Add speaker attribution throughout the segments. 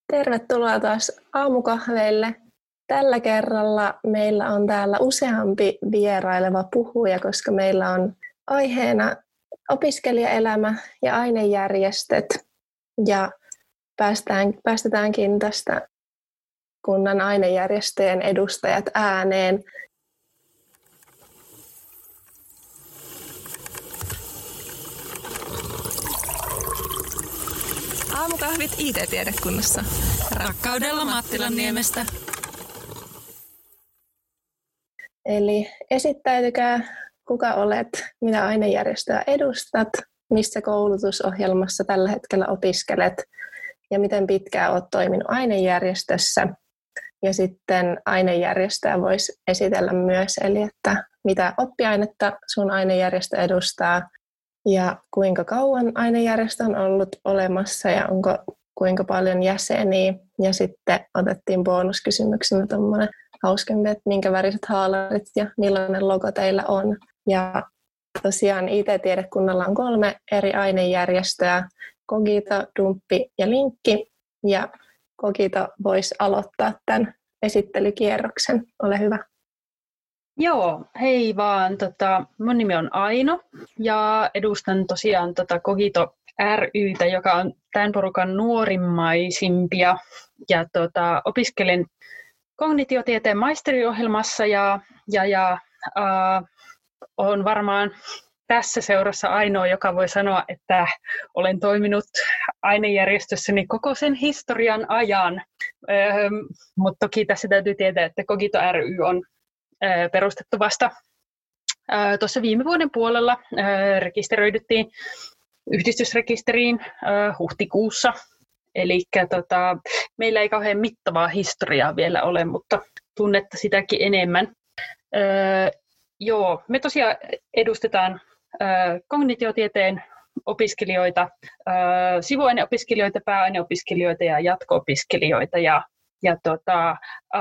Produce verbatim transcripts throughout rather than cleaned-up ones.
Speaker 1: Tervetuloa taas aamukahveille. Tällä kerralla meillä on täällä useampi vieraileva puhuja, koska meillä on aiheena opiskelijaelämä ja ainejärjestöt. Ja päästään, päästetäänkin tästä kunnan ainejärjestöjen edustajat ääneen.
Speaker 2: Aamukahvit I T-tiedekunnassa. Rakkaudella Mattilanniemestä.
Speaker 1: Eli esittäytykää, kuka olet, mitä ainejärjestöä edustat, missä koulutusohjelmassa tällä hetkellä opiskelet ja miten pitkään olet toiminut ainejärjestössä. Ja sitten ainejärjestöä voisi esitellä myös, eli että mitä oppiainetta sun ainejärjestö edustaa ja kuinka kauan ainejärjestö on ollut olemassa ja onko kuinka paljon jäseniä. Ja sitten otettiin bonuskysymyksenä tuommoinen hauskempi, että minkä väriset haalarit ja millainen logo teillä on. Ja tosiaan I T-tiedekunnalla on kolme eri ainejärjestöä, Cogito, Dumppi ja Linkki. Ja Cogito voisi aloittaa tämän esittelykierroksen. Ole hyvä.
Speaker 3: Joo, hei vaan. Tota, mun nimi on Aino ja edustan tosiaan tota Cogito ry:tä, joka on tämän porukan nuorimmaisimpia. Ja tota, opiskelen kognitiotieteen maisteriohjelmassa ja, ja, ja äh, olen varmaan tässä seurassa ainoa, joka voi sanoa, että olen toiminut ainejärjestössäni koko sen historian ajan. Öö, mutta toki tässä täytyy tietää, että Cogito ry on öö, perustettu vasta öö, tuossa viime vuoden puolella. Öö, rekisteröidyttiin yhdistysrekisteriin öö, huhtikuussa. Eli tota, meillä ei kauhean mittavaa historiaa vielä ole, mutta tunnetta sitäkin enemmän. Öö, joo, me tosiaan edustetaan öö, kognitiotieteen opiskelijoita, öö, sivuaineopiskelijoita, pääaineopiskelijoita ja jatko-opiskelijoita. Ja, ja tota, öö,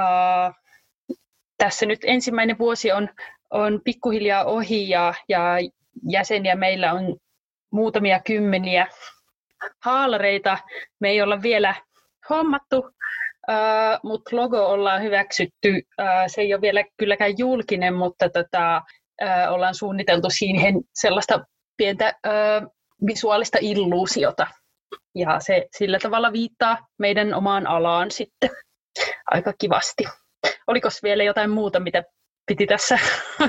Speaker 3: tässä nyt ensimmäinen vuosi on, on pikkuhiljaa ohi ja, ja jäseniä meillä on muutamia kymmeniä. Haalareita me ei olla vielä hommattu, uh, mutta logo ollaan hyväksytty. Uh, se ei ole vielä kylläkään julkinen, mutta tota, uh, ollaan suunniteltu siihen sellaista pientä uh, visuaalista illuusiota. Ja se sillä tavalla viittaa meidän omaan alaan sitten aika kivasti. Oliko vielä jotain muuta, mitä piti tässä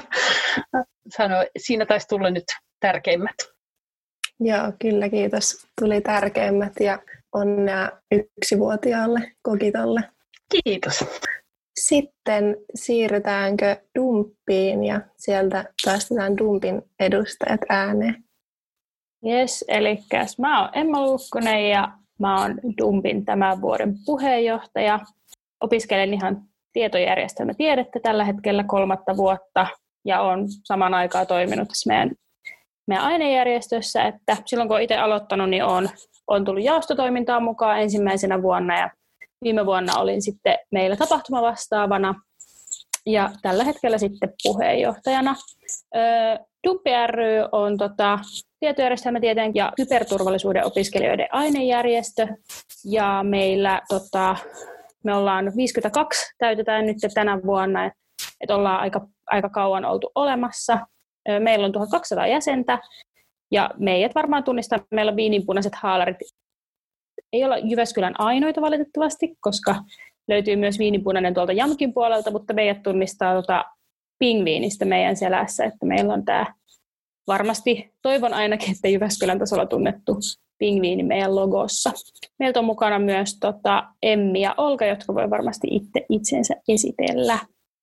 Speaker 3: sanoa? Siinä taisi tulla nyt tärkeimmät.
Speaker 1: Joo, kyllä, kiitos. Tuli tärkeimmät ja onnea yksivuotiaalle Cogitolle.
Speaker 3: Kiitos.
Speaker 1: Sitten siirrytäänkö Dumppiin ja sieltä päästetään Dumpin edustajat ääneen.
Speaker 4: Jes, eli mä oon Emma Lukkonen ja mä oon Dumpin tämän vuoden puheenjohtaja. Opiskelen ihan tietojärjestelmätiedettä tällä hetkellä kolmatta vuotta ja on saman aikaa toiminut tässä meidän meidän ainejärjestössä, että silloin kun olen itse aloittanut, niin olen, olen tullut jaostotoimintaan mukaan ensimmäisenä vuonna ja viime vuonna olin sitten meillä tapahtumavastaavana ja tällä hetkellä sitten puheenjohtajana. Dumppi ry on tota, tietojärjestelmätieteen ja kyberturvallisuuden opiskelijoiden ainejärjestö ja meillä tota, me ollaan viisikymmentäkaksi täytetään nyt tänä vuonna, että ollaan aika, aika kauan oltu olemassa. Meillä on tuhatkaksisataa jäsentä ja meidät varmaan tunnistaa, meillä on viininpunaiset haalarit. Ei olla Jyväskylän ainoita valitettavasti, koska löytyy myös viininpunainen tuolta Jamkin puolelta, mutta meidät tunnistaa tuota pingviinistä meidän selässä, että meillä on tämä varmasti, toivon ainakin, että Jyväskylän tasolla tunnettu pingviini meidän logossa. Meiltä on mukana myös tota Emmi ja Olga, jotka voi varmasti itse itsensä esitellä.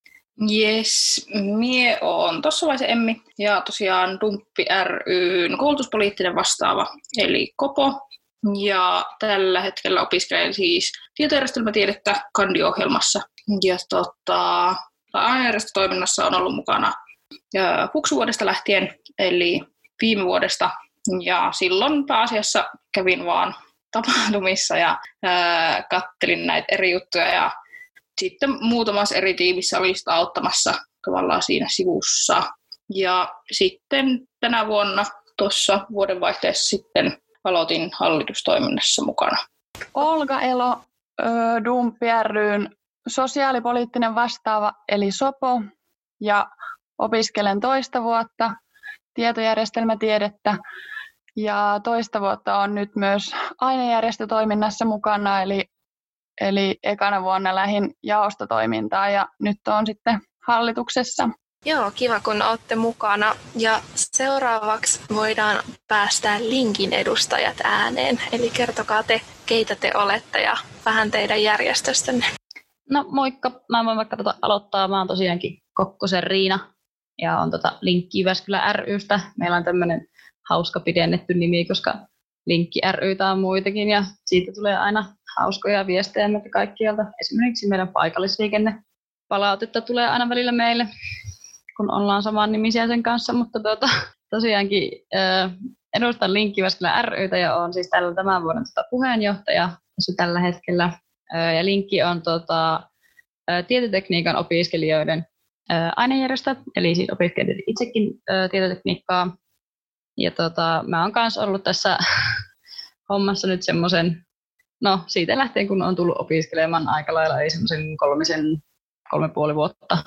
Speaker 5: Jes, mie oon tossa vaiheessa Emmi ja tosiaan Dumppi ry:n koulutuspoliittinen vastaava eli Kopo. Ja tällä hetkellä opiskelen siis tietojärjestelmätiedettä kandiohjelmassa. Ja tota, ainejärjestötoiminnassa on ollut mukana huksuvuodesta lähtien, eli viime vuodesta. Ja silloin pääasiassa kävin vaan tapahtumissa ja ää, kattelin näitä eri juttuja ja sitten muutamassa eri tiimissä oli sitä auttamassa tavallaan siinä sivussa. Ja sitten tänä vuonna tuossa vuodenvaihteessa sitten aloitin hallitustoiminnassa mukana.
Speaker 6: Olga Elo Dumppi ry:n sosiaalipoliittinen vastaava eli Sopo ja opiskelen toista vuotta tietojärjestelmätiedettä ja toista vuotta on nyt myös ainejärjestötoiminnassa mukana eli, eli ekana vuonna lähdin jaostotoimintaan ja nyt on sitten hallituksessa.
Speaker 7: Joo, kiva kun olette mukana. Ja seuraavaksi voidaan päästää Linkin edustajat ääneen. Eli kertokaa te, keitä te olette ja vähän teidän järjestöstänne.
Speaker 8: No moikka, mä voin vaikka tota aloittaa. Mä oon tosiaankin Kokkosen Riina ja on tota Linkki Jyväskylä ry:stä. Meillä on tämmöinen hauska pidennetty nimi, koska Linkki ry:tä on muitakin ja siitä tulee aina hauskoja viestejä meiltä kaikkialta. Esimerkiksi meidän paikallisliikenne palautetta tulee aina välillä meille, kun ollaan saman nimisiä sen kanssa, mutta tuota, tosiaankin äh, edustan Linkki Jyväskylä ry:tä ja olen siis tällä tämän vuoden tuota, puheenjohtaja tällä hetkellä. Äh, ja Linkki on tuota, äh, tietotekniikan opiskelijoiden äh, ainejärjestö, eli siis opiskelen itsekin äh, tietotekniikkaa. Ja tuota, mä oon kanssa ollut tässä hommassa nyt semmoisen, no siitä lähtien kun on tullut opiskelemaan aika lailla, ei semmoisen kolmisen, kolme puoli vuotta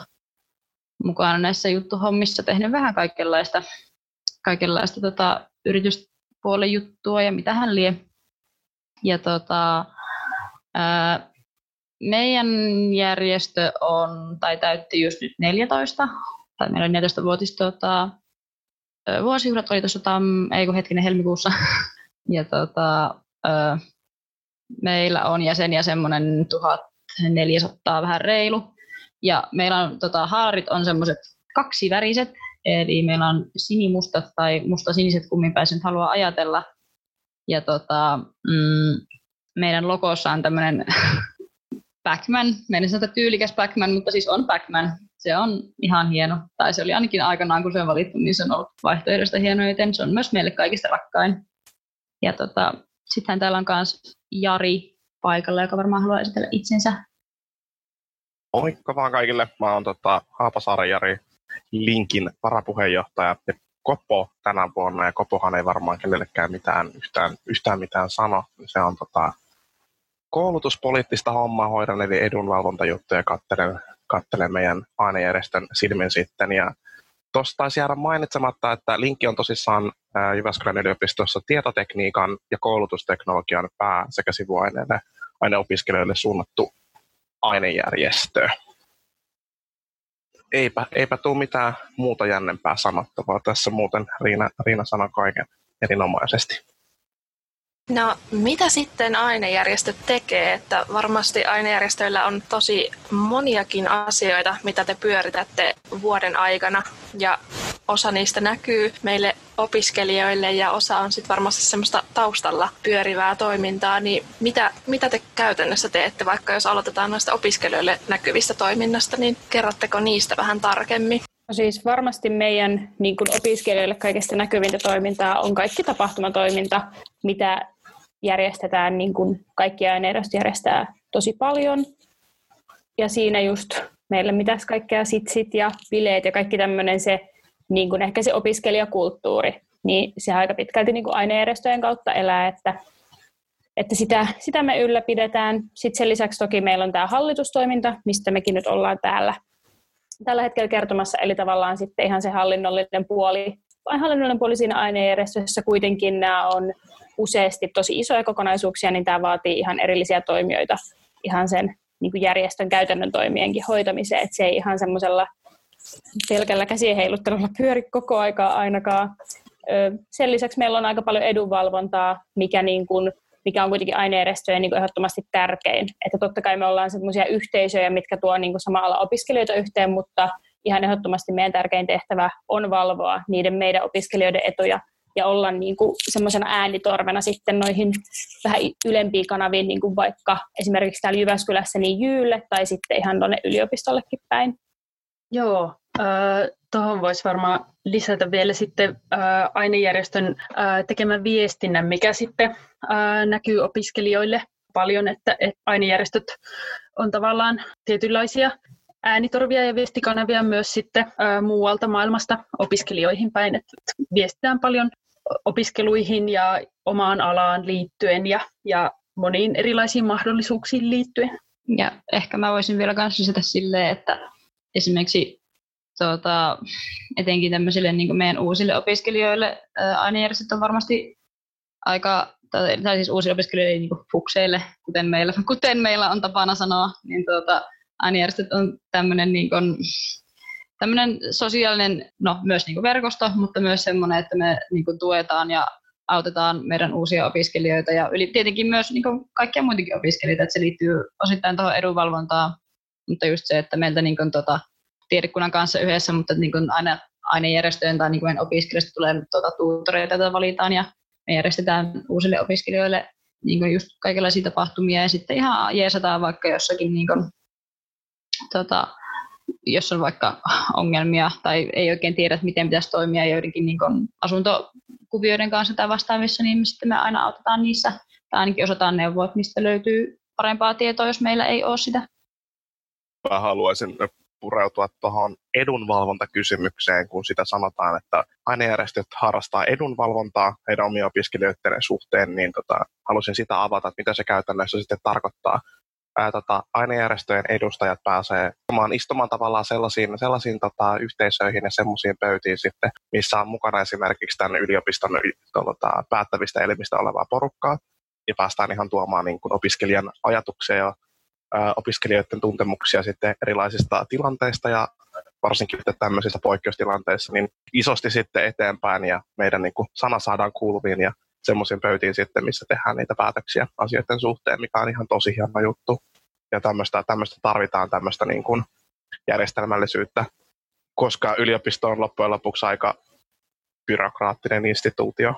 Speaker 8: mukana näissä juttuhommissa, tehnyt vähän kaikenlaista, kaikenlaista tota, yrityspuolen juttua ja mitä hän lie. Ja tota, ää, meidän järjestö on, tai täytti just nyt neljätoista, tai meillä on neljätoistavuotis tota, vuosijuhlat oli tuossa tam, ei kun hetkinen helmikuussa. Ja tota, ää, meillä on jäseniä semmoinen tuhatneljäsataa vähän reilu. Ja meillä on tota, haarit on semmoiset kaksiväriset, eli meillä on sinimustat tai musta-siniset, kummin päin nyt haluaa ajatella. Ja tota, mm, meidän logossa on tämmöinen Pac-Man, meidän sanotaan tyylikäs Pac-Man, mutta siis on Pac-Man. Se on ihan hieno, tai se oli ainakin aikanaan, kun se on valittu, niin se on ollut vaihtoehdosta hienoiten. Se on myös meille kaikista rakkain. Ja tota, sittenhän täällä on myös Jari paikalla, joka varmaan haluaa esitellä itsensä.
Speaker 9: Moikka vaan kaikille. Mä oon tota, Haapasaaren Jari, Linkin varapuheenjohtaja ja Kopo tänä vuonna. Ja Kopohan ei varmaan kenellekään mitään, yhtään, yhtään mitään sano. Se on tota, koulutuspoliittista hommaa hoidan, eli edunvalvontajuttuja kattelen, kattelen meidän ainejärjestön silmin sitten. Ja tuossa taisi jäädä mainitsematta, että Linkki on tosissaan ää, Jyväskylän yliopistossa tietotekniikan ja koulutusteknologian pää- sekä sivuaineille aineopiskelijoille suunnattu ainejärjestö. Eipä, eipä tule mitään muuta jännempää sanottavaa tässä, muuten Riina, Riina sanoi kaiken erinomaisesti.
Speaker 7: No, mitä sitten ainejärjestöt tekee? Että varmasti ainejärjestöillä on tosi moniakin asioita, mitä te pyöritätte vuoden aikana. Ja osa niistä näkyy meille opiskelijoille ja osa on sitten varmasti semmoista taustalla pyörivää toimintaa. Niin mitä, mitä te käytännössä teette, vaikka jos aloitetaan noista opiskelijoille näkyvistä toiminnasta, niin kerrotteko niistä vähän tarkemmin?
Speaker 4: No siis varmasti meidän niin kuin opiskelijoille kaikista näkyvintä toimintaa on kaikki tapahtumatoiminta, mitä järjestetään, niin kuin kaikki ainejärjestö järjestää tosi paljon. Ja siinä just meillä mitäs kaikkea sitsit ja bileet ja kaikki tämmöinen se, niin kuin ehkä se opiskelijakulttuuri, niin se aika pitkälti niin kuin ainejärjestöjen kautta elää, että, että sitä, sitä me ylläpidetään. Sitten sen lisäksi toki meillä on tämä hallitustoiminta, mistä mekin nyt ollaan täällä tällä hetkellä kertomassa, eli tavallaan sitten ihan se hallinnollinen puoli, hallinnollinen puoli siinä ainejärjestössä kuitenkin nämä on useasti tosi isoja kokonaisuuksia, niin tämä vaatii ihan erillisiä toimijoita ihan sen niin kuin järjestön käytännön toimienkin hoitamiseen, että se ei ihan semmoisella pelkällä käsien heiluttelulla pyöri koko aikaa ainakaan. Sen lisäksi meillä on aika paljon edunvalvontaa, mikä, niin kuin, mikä on kuitenkin ainejärjestöjen niin kuin ehdottomasti tärkein. Että totta kai me ollaan semmoisia yhteisöjä, mitkä tuo niin kuin sama ala opiskelijoita yhteen, mutta ihan ehdottomasti meidän tärkein tehtävä on valvoa niiden meidän opiskelijoiden etuja ja olla niin kuin semmoisena äänitorvena sitten noihin vähän ylempiin kanaviin, niin kuin vaikka esimerkiksi täällä Jyväskylässä niin Jyylle tai sitten ihan tuonne yliopistollekin päin.
Speaker 3: Joo, äh, tuohon voisi varmaan lisätä vielä sitten äh, ainejärjestön äh, tekemän viestinnän, mikä sitten äh, näkyy opiskelijoille paljon, että, että ainejärjestöt on tavallaan tietynlaisia äänitorvia ja viestikanavia myös sitten äh, muualta maailmasta opiskelijoihin päin, että viestitään paljon opiskeluihin ja omaan alaan liittyen ja, ja moniin erilaisiin mahdollisuuksiin liittyen.
Speaker 8: Ja ehkä mä voisin vielä kans lisätä silleen, että esimerkiksi tuota, etenkin tämmöisille niin kuin meidän uusille opiskelijoille ää, ainejärjestöt on varmasti aika, tai, tai siis uusille opiskelijoille niin kuin fukseille, kuten meillä, kuten meillä on tapana sanoa, niin tuota, ainejärjestöt on tämmöinen niin kuin, tämmöinen sosiaalinen, no myös niin kuin verkosto, mutta myös semmoinen, että me niin kuin tuetaan ja autetaan meidän uusia opiskelijoita ja yli, tietenkin myös niin kuin kaikkia muitakin opiskelijoita, että se liittyy osittain tuohon edunvalvontaan, mutta just se, että meiltä niin kuin, tuota, tiedekunnan kanssa yhdessä, mutta niin kuin aina ainejärjestöjen tai niin kuin opiskelijoista tulee tuota, tuutoreita, joita valitaan ja me järjestetään uusille opiskelijoille niin kuin just kaikenlaisia tapahtumia ja sitten ihan jeesataan vaikka jossakin, niin kuin, tuota, jos on vaikka ongelmia tai ei oikein tiedä, miten pitäisi toimia joidenkin niin kuin asuntokuvioiden kanssa tai vastaavissa, niin sitten me aina autetaan niissä tai ainakin osataan neuvoa, että mistä löytyy parempaa tietoa, jos meillä ei ole sitä.
Speaker 9: Mä haluaisin pureutua tuohon edunvalvontakysymykseen, kun sitä sanotaan, että ainejärjestöt harrastaa edunvalvontaa heidän omien opiskelijoiden suhteen, niin tota, halusin sitä avata, että mitä se käytännössä sitten tarkoittaa. Ää, tota, ainejärjestöjen edustajat pääsee istumaan, istumaan tavallaan sellaisiin, sellaisiin tota, yhteisöihin ja semmoisiin pöytiin sitten, missä on mukana esimerkiksi tämän yliopiston tota, päättävistä elimistä olevaa porukkaa, ja päästään ihan tuomaan niin kuin opiskelijan ajatuksia ja ää, opiskelijoiden tuntemuksia sitten erilaisista tilanteista ja varsinkin tämmöisissä poikkeustilanteissa niin isosti sitten eteenpäin ja meidän niin kuin sana saadaan kuuluviin ja semmoisiin pöytiin sitten, missä tehdään niitä päätöksiä asioiden suhteen, mikä on ihan tosi hieno juttu. Ja tämmöistä, tämmöistä tarvitaan tämmöistä niin kuin järjestelmällisyyttä, koska yliopisto on loppujen lopuksi aika byrokraattinen instituutio.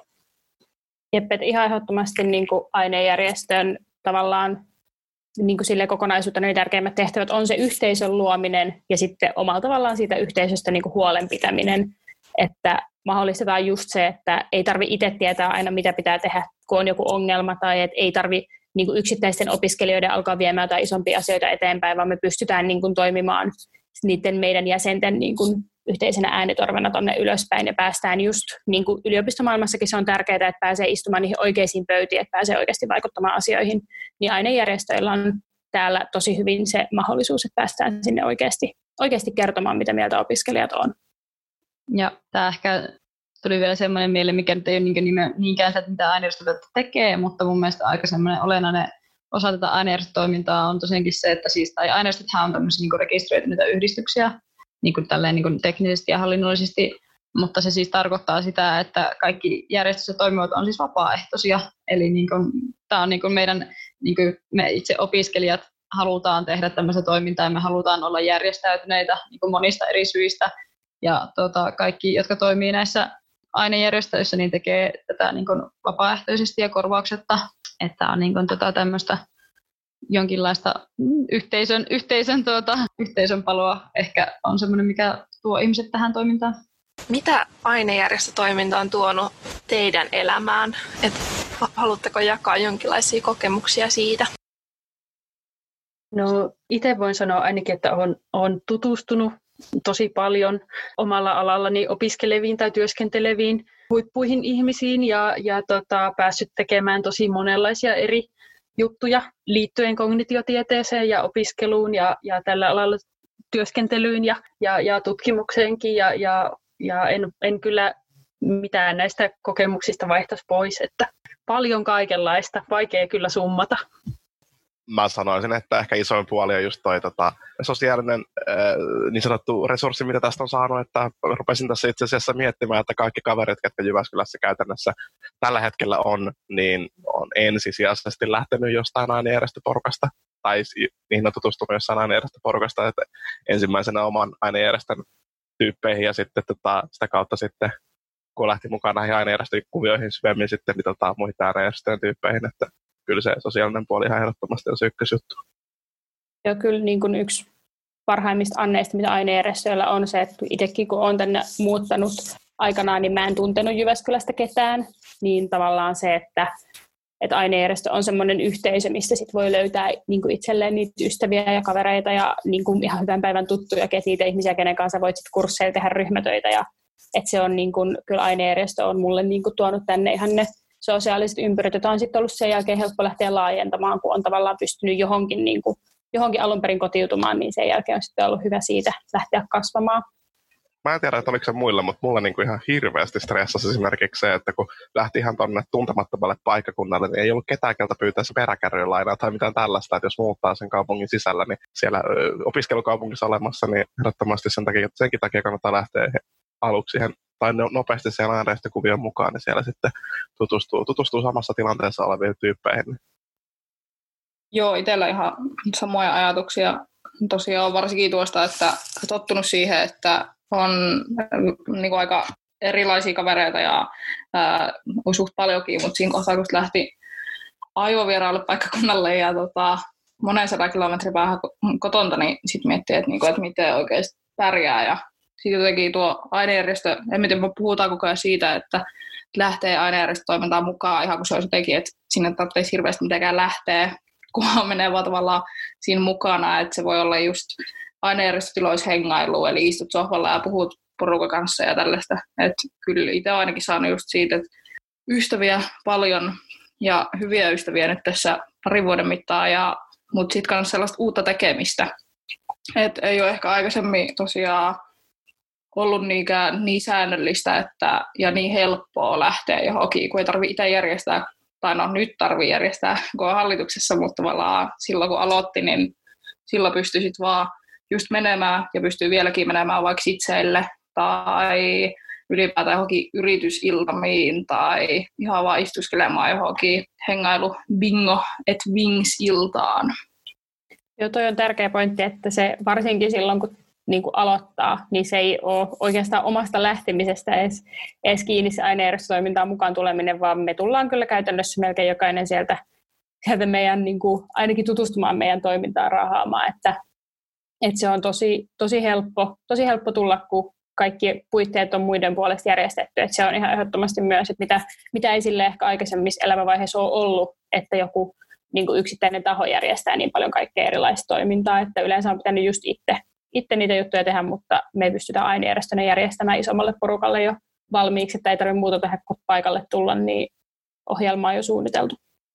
Speaker 4: Jep, että ihan ehdottomasti niin kuin ainejärjestön tavallaan niin kuin sille kokonaisuutena ne tärkeimmät tehtävät on se yhteisön luominen ja sitten omalla tavallaan siitä yhteisöstä niin kuin huolen pitäminen, että mahdollistetaan just se, että ei tarvitse itse tietää aina, mitä pitää tehdä, kun on joku ongelma, tai että ei tarvitse niin kuin yksittäisten opiskelijoiden alkaa viemään jotain isompia asioita eteenpäin, vaan me pystytään niin kuin toimimaan niiden meidän jäsenten niin kuin yhteisenä äänitorvena tuonne ylöspäin, ja päästään just niin kuin yliopistomaailmassakin se on tärkeää, että pääsee istumaan niihin oikeisiin pöytiin, että pääsee oikeasti vaikuttamaan asioihin, niin ainejärjestöillä on täällä tosi hyvin se mahdollisuus, että päästään sinne oikeasti, oikeasti kertomaan, mitä mieltä opiskelijat on. Ja
Speaker 8: tämä ehkä tuli vielä semmoinen mieleen, mikä nyt ei ole niinkään sitä, mitä ainejärjestöt tekee, mutta mun mielestä aika semmoinen olennainen osa tätä ainejärjestötoimintaa on tosiaankin se, että siis, tai ainejärjestöthän on tämmöisiä niin kuin rekisteröityneitä yhdistyksiä, niin kuin tälleen niin kuin teknisesti ja hallinnollisesti, mutta se siis tarkoittaa sitä, että kaikki järjestössä toimivat on siis vapaaehtoisia, eli niin kuin, tämä on niin kuin meidän, niin kuin me itse opiskelijat halutaan tehdä tämmöistä toimintaa ja me halutaan olla järjestäytyneitä niin kuin monista eri syistä, ja tuota, kaikki, jotka toimii näissä ainejärjestöissä, niin tekee tätä niin kuin vapaaehtoisesti ja korvauksetta, että on niin kuin, tota, tämmöistä jonkinlaista yhteisön, yhteisön, tuota, yhteisön paloa ehkä on semmoinen, mikä tuo ihmiset tähän toimintaan.
Speaker 7: Mitä ainejärjestötoiminta on tuonut teidän elämään? Et haluatteko jakaa jonkinlaisia kokemuksia siitä?
Speaker 3: No itse voin sanoa ainakin, että olen, olen tutustunut tosi paljon omalla alallani opiskeleviin tai työskenteleviin huippuihin ihmisiin ja, ja tota, päässyt tekemään tosi monenlaisia eri juttuja liittyen kognitiotieteeseen ja opiskeluun ja, ja tällä alalla työskentelyyn ja, ja, ja tutkimukseenkin ja, ja, ja en, en kyllä mitään näistä kokemuksista vaihtaisi pois, että paljon kaikenlaista, vaikea kyllä summata.
Speaker 9: Mä sanoisin, että ehkä isoin puoli on just toi tota, sosiaalinen äh, niin sanottu resurssi, mitä tästä on saanut, että rupesin tässä itse asiassa miettimään, että kaikki kaverit, jotka Jyväskylässä käytännössä tällä hetkellä on, niin on ensisijaisesti lähtenyt jostain ainejärjestöporukasta, tai niihin on tutustunut jossain ainejärjestöporukasta, että ensimmäisenä oman ainejärjestön tyyppeihin, ja sitten tota, sitä kautta sitten, kun lähti mukaan näihin ainejärjestöjen kuvioihin syvemmin sitten, niin tota, muihin ainejärjestöjen tyyppeihin, että kyllä se sosiaalinen puoli ihan ehdottomasti on se ykkösjuttu.
Speaker 4: Joo, kyllä niin kuin yksi parhaimmista anneista, mitä ainejärjestöillä on se, että itsekin kun olen tänne muuttanut aikanaan, niin mä en tuntenut Jyväskylästä ketään, niin tavallaan se, että, että ainejärjestö on semmoinen yhteisö, mistä sit voi löytää niin kuin itselleen niitä ystäviä ja kavereita ja niin kuin ihan hyvän päivän tuttuja, niitä ihmisiä, kenen kanssa voit sit kursseilla tehdä ryhmätöitä. Ja, että se on niin kuin, kyllä ainejärjestö on mulle niin kuin tuonut tänne ihan ne sosiaaliset ympyrät, joita on sitten ollut sen jälkeen helppo lähteä laajentamaan, kun on tavallaan pystynyt johonkin, niin kuin, johonkin alun perin kotiutumaan, niin sen jälkeen on sitten ollut hyvä siitä lähteä kasvamaan.
Speaker 9: Mä en tiedä, että oliko se muilla, mutta mulla niinku ihan hirveästi stressasi esimerkiksi se, että kun lähti ihan tuonne tuntemattomalle paikkakunnalle, niin ei ollut ketään, keltä pyytäisi peräkärrylainaa tai mitään tällaista, että jos muuttaa sen kaupungin sisällä, niin siellä ö, opiskelukaupungissa olemassa, niin ehdottomasti sen takia, senkin takia kannattaa lähteä aluksi siihen, tai nopeasti siihen äänestykuvien mukaan, niin siellä sitten tutustuu, tutustuu samassa tilanteessa oleviin tyyppeihin.
Speaker 5: Joo, itsellä ihan samoja ajatuksia. Tosiaan varsinkin tuosta, että tottunut siihen, että on niin kuin aika erilaisia kavereita ja ää, on suht paljonkin, mutta siinä kohtaa, kun lähti aivovieraalle paikkakunnalle ja tota, monen sadan kilometrin päähän kotonta, niin sitten miettii, että, niin kuin, että miten oikeasti pärjää. Ja sitten jotenkin tuo ainejärjestö, en tiedä, me puhutaan koko ajan siitä, että lähtee ainejärjestötoimintaan mukaan ihan kun se olisi jotenkin, että sinne tarvitsisi hirveästi mitenkään lähteä, kunhan menee vaan tavallaan siinä mukana, että se voi olla just ainejärjestötiloissa hengailu, eli istut sohvalla ja puhut porukan kanssa ja tällaista. Et kyllä itse olen ainakin saanut just siitä, että ystäviä paljon ja hyviä ystäviä nyt tässä parin vuoden mittaan, ja, mutta sitten myös sellaista uutta tekemistä. Et ei ole ehkä aikaisemmin tosiaan ollut niinkään niin säännöllistä että, ja niin helppoa lähteä johonkin, kun ei tarvitse itse järjestää, tai no nyt tarvii järjestää, kun on hallituksessa, mutta tavallaan silloin kun aloitti, niin silloin pystyi sitten vaan just menemään ja pystyy vieläkin menemään vaikka itseille tai ylipäätään johonkin yritysiltamiin tai ihan vaan istuskelemaan johonkin hengailu bingo et wings-iltaan.
Speaker 4: Joo, toi on tärkeä pointti, että se varsinkin silloin, kun niin kuin aloittaa, niin se ei ole oikeastaan omasta lähtemisestä edes, edes kiinni se ainejärjestötoimintaan mukaan tuleminen, vaan me tullaan kyllä käytännössä melkein jokainen sieltä, sieltä meidän, niin kuin, ainakin tutustumaan meidän toimintaan rahaamaan, että, että se on tosi, tosi, helppo, tosi helppo tulla, kun kaikki puitteet on muiden puolesta järjestetty, että se on ihan ehdottomasti myös, että mitä, mitä ei sille ehkä aikaisemmissa elämänvaiheissa ole ollut, että joku niin kuin yksittäinen taho järjestää niin paljon kaikkea erilaista toimintaa, että yleensä on pitänyt just itse itse niitä juttuja tehdä, mutta me ei pystytä ainejärjestönä järjestämään isommalle porukalle jo valmiiksi, että ei tarvitse muuta tehdä kuin paikalle tulla, niin ohjelma on jo suunniteltu.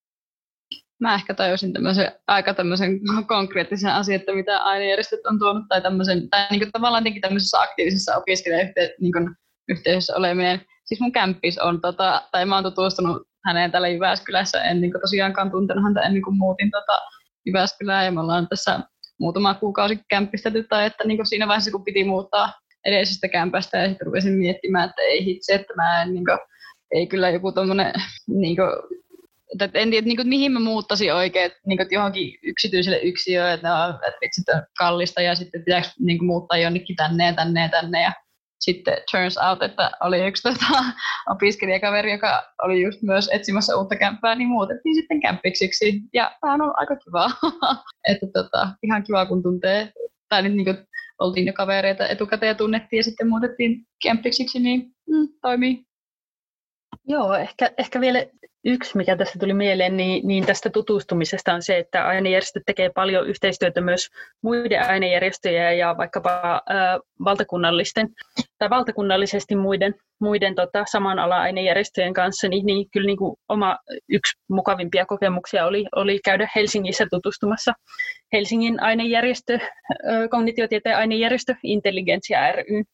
Speaker 8: Mä ehkä tajusin tämmöisen, aika tämmöisen konkreettisen asian, että mitä ainejärjestöt on tuonut, tai, tämmöisen, tai niin kuin tavallaan tämmöisessä aktiivisessa opiskelijayhteisössä oleminen. Siis mun kämppis on, tota, tai mä oon tutustunut häneen täällä Jyväskylässä, en niin kuin tosiaankaan tuntenut häntä ennen kuin muutin tota Jyväskylään, ja me ollaan tässä muutama kuukausi kämppistetty, tai että niin kuin siinä vaiheessa, kun piti muuttaa edellisestä kämpästä, ja sitten rupesin miettimään, että ei hitse, että mä en, niin kuin, ei kyllä joku tommonen, niin kuin, että en tiedä, niin kuin, mihin mä muuttaisin oikein, että, niin kuin, että johonkin yksityiselle yksiöön, että, että vitsit on kallista, ja sitten pitääkö niin kuin, muuttaa jonnekin tänne ja tänne ja tänne, ja sitten turns out, että oli yksi tota, opiskelijakaveri, joka oli just myös etsimässä uutta kämppää, niin muutettiin sitten kämpiksiksi. Ja tämä on aika kiva. että tota, ihan kiva, kun tuntee, tai nyt niin kuin, oltiin jo kavereita etukäteen ja tunnettiin ja sitten muutettiin kämpiksiksi, niin mm, toimii.
Speaker 3: Joo, ehkä, ehkä vielä yksi, mikä tässä tuli mieleen, niin, niin tästä tutustumisesta on se, että ainejärjestöt tekee paljon yhteistyötä myös muiden ainejärjestöjen ja vaikkapa ää, valtakunnallisten tai valtakunnallisesti muiden, muiden tota, saman alan ainejärjestöjen kanssa, niin, niin kyllä niin kuin oma yksi mukavimpia kokemuksia oli, oli käydä Helsingissä tutustumassa Helsingin ainejärjestö, ää, kognitiotieteen ainejärjestö Intelligentsia ry.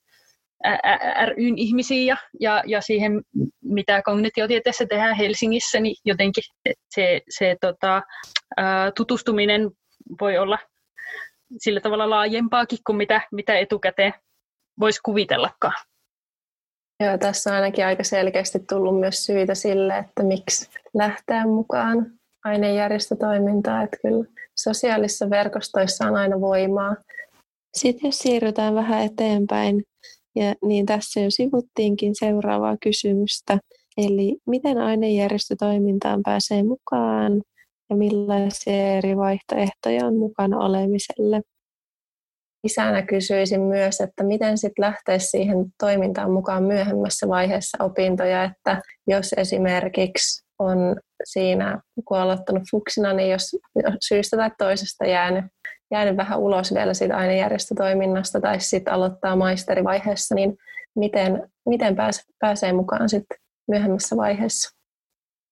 Speaker 3: ryn ihmisiä ja, ja, ja siihen, mitä kognitiotieteessä tehdään Helsingissä, niin jotenkin se, se tota, ää, tutustuminen voi olla sillä tavalla laajempaakin kuin mitä, mitä etukäteen voisi kuvitellakaan.
Speaker 1: Joo, tässä on ainakin aika selkeästi tullut myös syitä sille, että miksi lähteä mukaan ainejärjestötoimintaan, että kyllä sosiaalisissa verkostoissa on aina voimaa. Sitten jos siirrytään vähän eteenpäin, ja niin tässä jo sivuttiinkin seuraavaa kysymystä, eli miten ainejärjestötoimintaan pääsee mukaan ja millaisia eri vaihtoehtoja on mukana olemiselle. Lisänä kysyisin myös, että miten sitten lähteä siihen toimintaan mukaan myöhemmässä vaiheessa opintoja, että jos esimerkiksi on siinä, kun on aloittanut fuksina, niin jos syystä tai toisesta jäänyt jäänyt vähän ulos vielä siitä ainejärjestötoiminnasta tai sitten aloittaa maisterivaiheessa, niin miten, miten pääs, pääsee mukaan sitten myöhemmässä vaiheessa?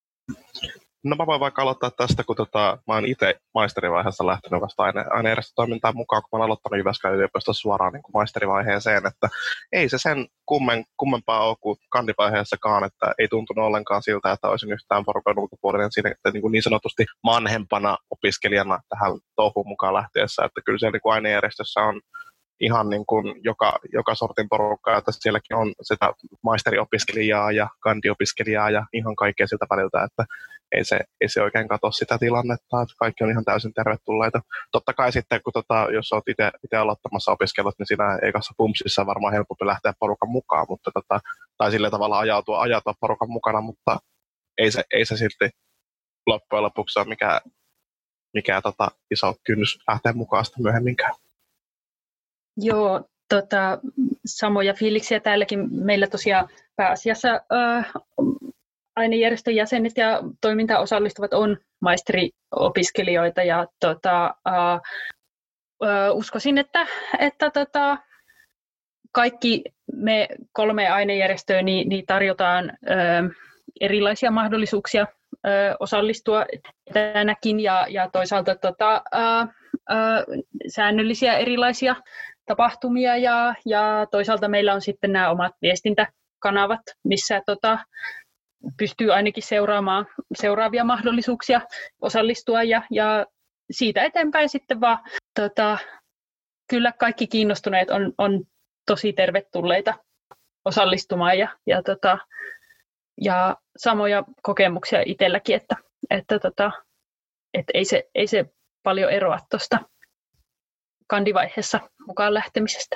Speaker 9: No mä voin vaikka aloittaa tästä, kun tota, mä oon itse maisterivaiheessa lähtenyt vasta aine- ainejärjestötoimintaan mukaan, kun mä oon aloittanut Jyväskylän yliopistossa suoraan niin kuin maisterivaiheeseen, että ei se sen kummen, kummempaa ole kuin kandivaiheessakaan, että ei tuntunut ollenkaan siltä, että olisin yhtään porukan ulkopuolinen siinä, että niin, kuin niin sanotusti vanhempana opiskelijana tähän touhuun mukaan lähtiessä, että kyllä siellä niin kuin ainejärjestössä on ihan niin kuin joka, joka sortin porukkaa, että sielläkin on sitä maisteriopiskelijaa ja kandiopiskelijaa ja ihan kaikkea siltä väliltä, että ei se, ei se oikein katso sitä tilannetta, että kaikki on ihan täysin tervetulleita. Totta kai sitten, kun tota, jos olet itse aloittamassa opiskelut, niin siinä ekassa pumpsissa on varmaan helpompi lähteä porukan mukaan, mutta tota, tai sillä tavalla ajautua, ajautua porukan mukana, mutta ei se, ei se silti loppujen lopuksi ole mikään, mikään tota, iso kynnys lähteä mukaan sitä myöhemminkään.
Speaker 3: Joo, tota, samoja fiiliksiä täälläkin. Meillä tosiaan pääasiassa äh, ainejärjestön jäsenet ja toimintaan osallistuvat on maisteriopiskelijoita ja tota, äh, äh, uskoisin, että, että tota, kaikki me kolme ainejärjestöä niin, niin tarjotaan äh, erilaisia mahdollisuuksia äh, osallistua etänäkin ja, ja toisaalta tota, äh, äh, säännöllisiä erilaisia tapahtumia ja, ja toisaalta meillä on sitten nämä omat viestintäkanavat, missä tota, pystyy ainakin seuraamaan seuraavia mahdollisuuksia osallistua ja, ja siitä eteenpäin sitten vaan tota, kyllä kaikki kiinnostuneet on, on tosi tervetulleita osallistumaan ja, ja, tota, ja samoja kokemuksia itselläkin, että, että, tota, että ei, se, ei se paljon eroa tuosta kandivaiheessa mukaan lähtemisestä.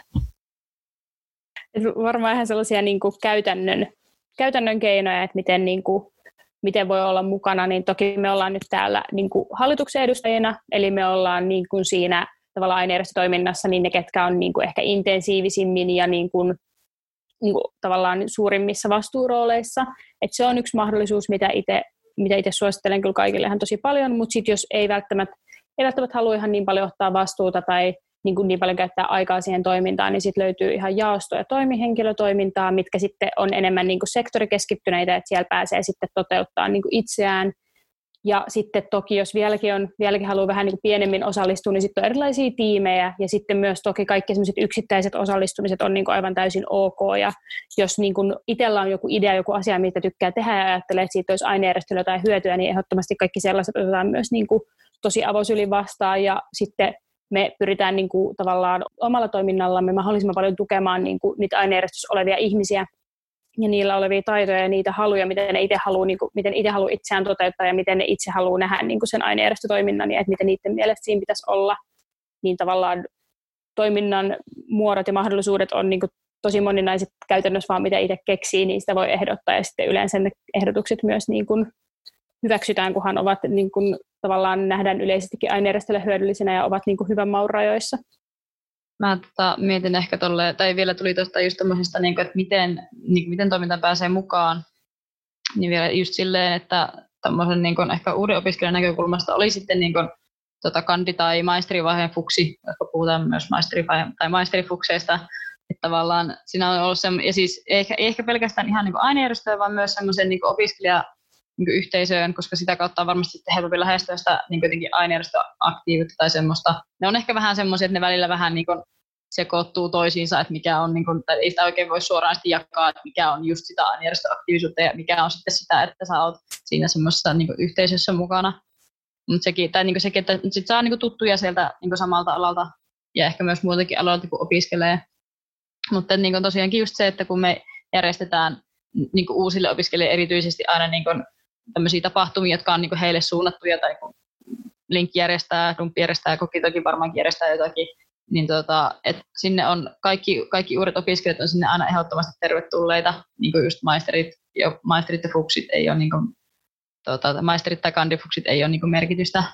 Speaker 4: Varmaan ihan sellaisia niin kuin käytännön, käytännön keinoja, että miten, niin kuin, miten voi olla mukana, niin toki me ollaan nyt täällä niin kuin hallituksen edustajina, eli me ollaan niin kuin siinä tavallaan ainejärjestötoiminnassa niin ne, ketkä on niin kuin ehkä intensiivisimmin ja niin kuin, niin kuin tavallaan suurimmissa vastuurooleissa. Että se on yksi mahdollisuus, mitä itse mitä itse suosittelen kyllä kaikille ihan tosi paljon, mutta sitten jos ei välttämättä, ei välttämättä halua ihan niin paljon ottaa vastuuta tai niin, kuin niin paljon käyttää aikaa siihen toimintaan, niin sitten löytyy ihan jaosto- ja toimihenkilötoimintaa, mitkä sitten on enemmän niin kuin sektorikeskittyneitä, että siellä pääsee sitten toteuttaa niin kuin itseään. Ja sitten toki, jos vieläkin, on, vieläkin haluaa vähän niin kuin pienemmin osallistua, niin sitten on erilaisia tiimejä, ja sitten myös toki kaikki sellaiset yksittäiset osallistumiset on niin kuin aivan täysin ok, ja jos niin kuin itsellä on joku idea, joku asia, mitä tykkää tehdä, ja ajattelee, että siitä olisi ainejärjestöllä jotain hyötyä, niin ehdottomasti kaikki sellaiset otetaan myös niin kuin tosi avosylin vastaan, ja sitten me pyritään niin kuin tavallaan omalla toiminnallamme mahdollisimman paljon tukemaan niin kuin niitä ainejärjestössä olevia ihmisiä, ja niillä olevia taitoja ja niitä haluja, miten ne itse haluaa, niin kuin, miten itse haluaa itseään toteuttaa ja miten ne itse haluaa nähdä niin kuin sen ainejärjestötoiminnan ja että miten niiden mielestä siinä pitäisi olla. Niin tavallaan toiminnan muodot ja mahdollisuudet on niin kuin tosi moninaiset käytännössä vaan mitä itse keksii, niin sitä voi ehdottaa ja sitten yleensä ne ehdotukset myös niin kuin hyväksytään, kunhan ovat niin kuin tavallaan nähdään yleisestikin ainejärjestölle hyödyllisenä ja ovat niin kuin hyvän maun rajoissa.
Speaker 8: Mä tota, mietin ehkä tolle, tai vielä tuli tuosta just tämmöisestä, niin kuin, että miten, niin, miten toimintaan pääsee mukaan, niin vielä just silleen, että tämmöisen niin kuin, ehkä uuden opiskelijan näkökulmasta oli sitten niin kuin, tota, kandi- tai maisterivaiheen fuksi, jotka puhutaan myös maisterivaiheen tai maisterifukseista, että tavallaan siinä on ollut semmoinen, ja siis ei ehkä, ei ehkä pelkästään ihan niin kuin ainejärjestöä, vaan myös semmoisen niin kuin opiskelija niin kuin yhteisöön, koska sitä kautta on varmasti sitten helpompi lähestyä sitä niin jotenkin ainejärjestöaktiivisuutta tai semmoista. Ne on ehkä vähän semmoisia, että ne välillä vähän niin kuin sekoittuu toisiinsa, että mikä on, niin kuin, tai ei sitä oikein voi suoraan jakaa, että mikä on just sitä ainejärjestöaktiivisuutta ja mikä on sitten sitä, että sä oot siinä semmoisessa niin kuin yhteisössä mukana. Mutta sekin, tai niin kuin sekin, että sit saa niin kuin tuttuja sieltä niin kuin samalta alalta ja ehkä myös muutakin alalta, kun opiskelee. Mutta niin kuin tosiaankin just se, että kun me järjestetään niin kuin uusille opiskelijoille erityisesti aina niin kuin tämmöisiä tapahtumia, jotka on niin kuin heille suunnattuja, tai kun Linkki järjestää, Dumppi järjestää, Kogitokin varmaankin järjestää jotakin, niin tota, et sinne on kaikki, kaikki uudet opiskelijat on sinne aina ehdottomasti tervetulleita, niin kuin just maisterit, jo, maisterit ja fuksit ei ole, niin kuin, tota, maisterit tai kandifuksit ei ole niin kuin merkitystä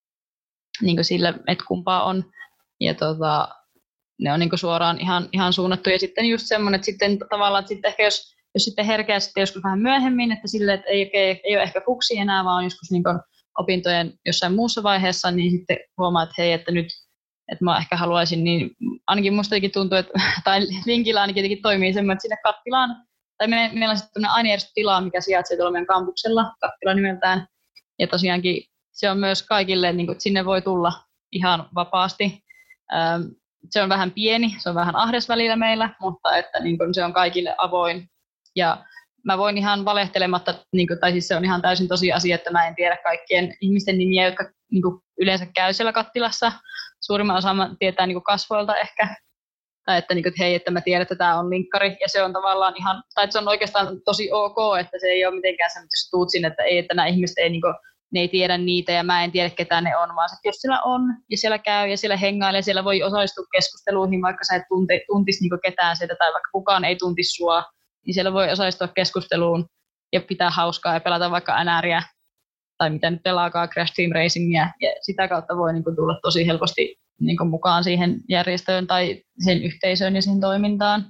Speaker 8: niin kuin sille, että kumpaa on, ja tota, ne on niin kuin suoraan ihan, ihan suunnattu, ja sitten just semmoinen, että sitten tavallaan, että sitten ehkä jos Jos sitten herkeää sitten joskus vähän myöhemmin, että sille, että ei, ei, ei ole ehkä fuksi enää, vaan on joskus niin kuin opintojen jossain muussa vaiheessa, niin sitten huomaa, että hei, että nyt että mä ehkä haluaisin, niin ainakin musta jotenkin tuntuu, että, tai Linkillä ainakin jotenkin toimii semmoinen, että sinne kattilaan, tai me, meillä on sitten tämmöinen ainejärjestötila, mikä sijaitsee tuolla meidän kampuksella, kattila nimeltään, Ja tosiaankin se on myös kaikille, niin kuin, että sinne voi tulla ihan vapaasti. Se on vähän pieni, se on vähän ahdes välillä meillä, mutta että niin kuin, se on kaikille avoin. Ja mä voin ihan valehtelematta, niin kuin, tai siis se on ihan täysin tosiasia, että mä en tiedä kaikkien ihmisten nimiä, jotka niin kuin, yleensä käy siellä kattilassa. Suurimman osan tietää niin kuin kasvoilta ehkä. Tai että, niin kuin, että hei, että mä tiedän, että tämä on linkkari. Ja se on tavallaan ihan, tai että se on oikeastaan tosi ok, että se ei ole mitenkään se, jos tuut sinne, että ei, että nämä ihmiset ei, niin kuin, ne ei tiedä niitä ja mä en tiedä, ketä ne on, vaan että jos siellä on ja siellä käy ja siellä hengailee, siellä voi osallistua keskusteluihin, vaikka sä et tunti, tuntisi niin kuin ketään sieltä tai vaikka kukaan ei tuntisi sua, niin siellä voi osallistua keskusteluun ja pitää hauskaa ja pelata vaikka N R:ää tai mitä nyt pelaakaan, Crash Team Racingia, ja sitä kautta voi niin kuin, tulla tosi helposti niin kuin, mukaan siihen järjestöön tai sen yhteisöön ja siihen toimintaan.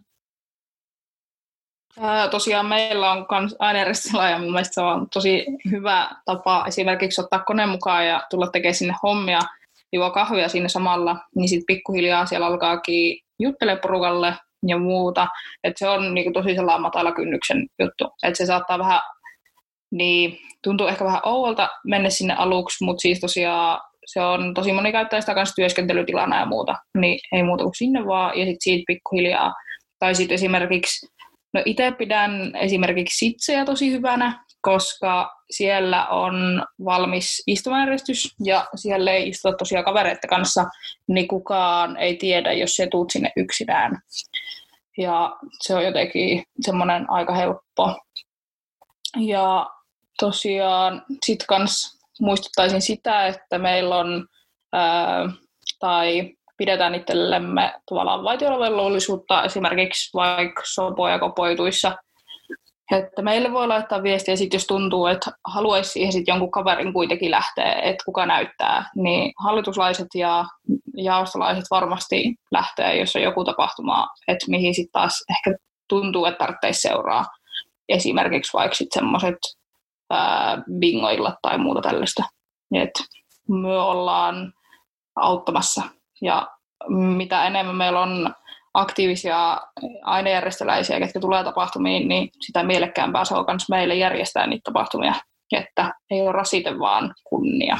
Speaker 5: Ää, tosiaan meillä on myös ainejärjestöllä ja mun mielestä se on tosi hyvä tapa esimerkiksi ottaa koneen mukaan ja tulla tekemään sinne hommia, juo kahvia siinä samalla, niin sitten pikkuhiljaa siellä alkaakin juttelemaan porukalle ja muuta. Että se on niinku tosi sellainen matala kynnyksen juttu. Että se saattaa vähän, niin tuntuu ehkä vähän ouvolta mennä sinne aluksi, mutta siis tosiaan se on tosi moni käyttää sitä kanssa työskentelytilana ja muuta. Niin ei muuta kuin sinne vaan ja sitten siitä pikkuhiljaa. Tai sitten esimerkiksi, no itse pidän esimerkiksi sitsejä tosi hyvänä, koska siellä on valmis istumajärjestys ja siellä ei istuta tosiaan kavereiden kanssa, niin kukaan ei tiedä, jos se tuut sinne yksinään. Ja se on jotenkin semmoinen aika helppo. Ja tosiaan sit kans muistuttaisin sitä, että meillä on, ää, tai pidetään itsellemme tavallaan vaitiolovelvollisuutta esimerkiksi vaikka sopo- ja kopoituissa. Että meille voi laittaa viestiä, sit jos tuntuu, että haluaisi siihen sit jonkun kaverin kuitenkin lähteä, että kuka näyttää, niin hallituslaiset ja jaostolaiset varmasti lähtee, jos on joku tapahtuma, että mihin sitten taas ehkä tuntuu, että tarvitsisi seuraa. Esimerkiksi vaikka sitten semmoiset bingoilla tai muuta tällaista. Että me ollaan auttamassa ja mitä enemmän meillä on aktiivisia ainejärjestöläisiä, ketkä tulee tapahtumiin, niin sitä mielekkäämpää se on myös meille järjestää niitä tapahtumia, että ei ole rasite, vaan kunnia.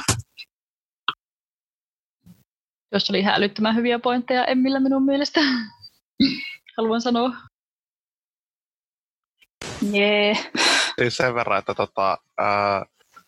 Speaker 8: Jos oli ihan älyttömän hyviä pointteja Emmillä minun mielestä, haluan sanoa.
Speaker 5: Jee.
Speaker 9: Siis sen verran, että tota, ää,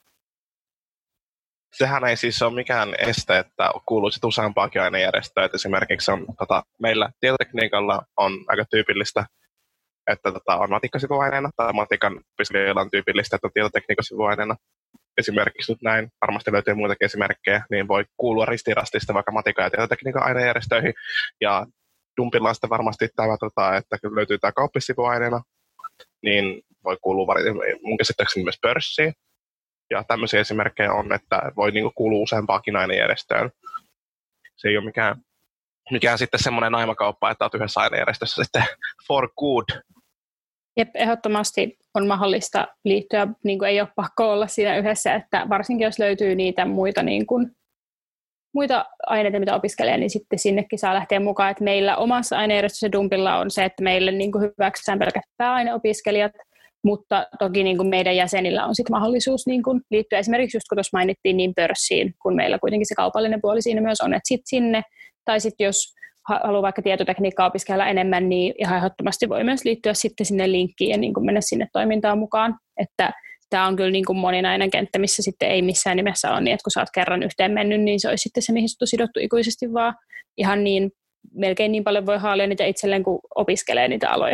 Speaker 9: sehän ei siis ole mikään este, että kuuluisit useampaakin ainejärjestöä. Esimerkiksi on, tota, meillä tietotekniikalla on aika tyypillistä, että tota, on matikkasivuaineena, tai matikan opiskelijoilla on tyypillistä, että on tietotekniikkasivuaineena. Esimerkiksi nyt näin, varmasti löytyy muitakin esimerkkejä, niin voi kuulua ristirastista vaikka matika- ja tietotekniikan ainejärjestöihin. Ja Dumpilla on sitten varmasti tämä, tota, että kun löytyy tämä kauppisivuaineena, niin voi kuulua mun käsittääkseni myös pörssiin. Ja tämmöisiä esimerkkejä on, että voi niinku kuulua useampaakin ainejärjestöön. Se ei ole mikään, mikään sitten semmoinen naimakauppa, että olet yhdessä ainejärjestössä sitten for good.
Speaker 4: Jep, ehdottomasti on mahdollista liittyä, niin kuin ei ole pakko olla siinä yhdessä, että varsinkin jos löytyy niitä muita, niin kuin, muita aineita, mitä opiskelee, niin sitten sinnekin saa lähteä mukaan. Että meillä omassa ainejärjestössä Dumpilla on se, että meille niin kuin hyväksytään pelkästään pääaineopiskelijat, mutta toki niin kuin meidän jäsenillä on sitten mahdollisuus niin kuin liittyä esimerkiksi just kun tuossa mainittiin niin pörssiin, kun meillä kuitenkin se kaupallinen puoli siinä myös on, että sitten sinne, tai sitten jos haluaa vaikka tietotekniikkaa opiskella enemmän, niin ihan ehdottomasti voi myös liittyä sitten sinne linkkiin ja niin kuin mennä sinne toimintaan mukaan, että tämä on kyllä niin kuin moninainen kenttä, missä sitten ei missään nimessä ole niin, että kun sä oot kerran yhteen mennyt, niin se olisi sitten se, mihin sut on sidottu ikuisesti, vaan ihan niin, melkein niin paljon voi haalia niitä itselleen, kun opiskelee niitä aloja.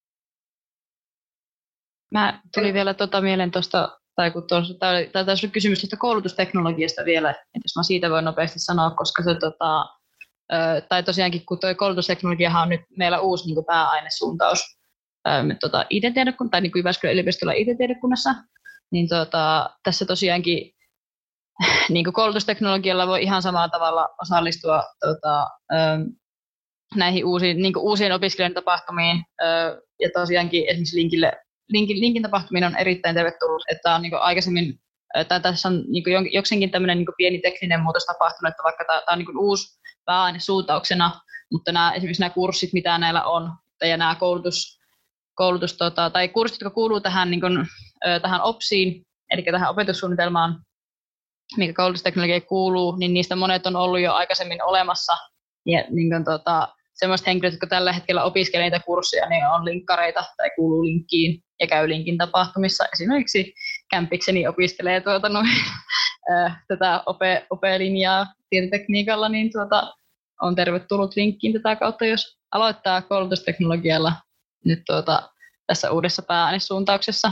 Speaker 8: Mä tuli vielä tuota mieleen tuosta, tai kun tuossa, tai taisi olla kysymys tuosta koulutusteknologiasta vielä, että jos mä siitä voin nopeasti sanoa, koska se tota, tai tosiaankin kun tuo koulutusteknologiahan on nyt meillä uusi niin kuin pääainesuuntaus tota, I T-tiedekunnassa, tai niin kuin Jyväskylän yliopistolla I T-tiedekunnassa, niin tota, tässä tosiaankin niin kuin koulutusteknologialla voi ihan samalla tavalla osallistua tota, näihin uusiin, niin kuin uusien opiskelijoiden tapahtumiin, ja tosiaankin esimerkiksi linkille Linkin, linkin tapahtuminen on erittäin tervetullut, että on niin kuin aikaisemmin, tai tässä on niin kuin joksenkin tämmöinen niin kuin pieni tekninen muutos tapahtunut, että vaikka tämä, tämä on niin kuin uusi pääaine suuntauksena, mutta nämä, esimerkiksi nämä kurssit, mitä näillä on, ja nämä koulutus, koulutus tota, tai kurssit, jotka kuuluu tähän, niin kuin, tähän OPSiin, eli tähän opetussuunnitelmaan, mikä koulutusteknologia kuuluu, niin niistä monet on ollut jo aikaisemmin olemassa. Ja niin kuin, tota, sellaiset henkilöt, jotka tällä hetkellä opiskelevat niitä kursseja, niin on linkkareita tai kuuluu linkkiin ja käy linkin tapahtumissa. Esimerkiksi Kämpikseni opiskelee tuota, noin, äh, tätä ope, ope-linjaa tietotekniikalla, niin tuota, on tervetullut linkkiin tätä kautta, jos aloittaa koulutusteknologialla nyt tuota, tässä uudessa pääainesuuntauksessa.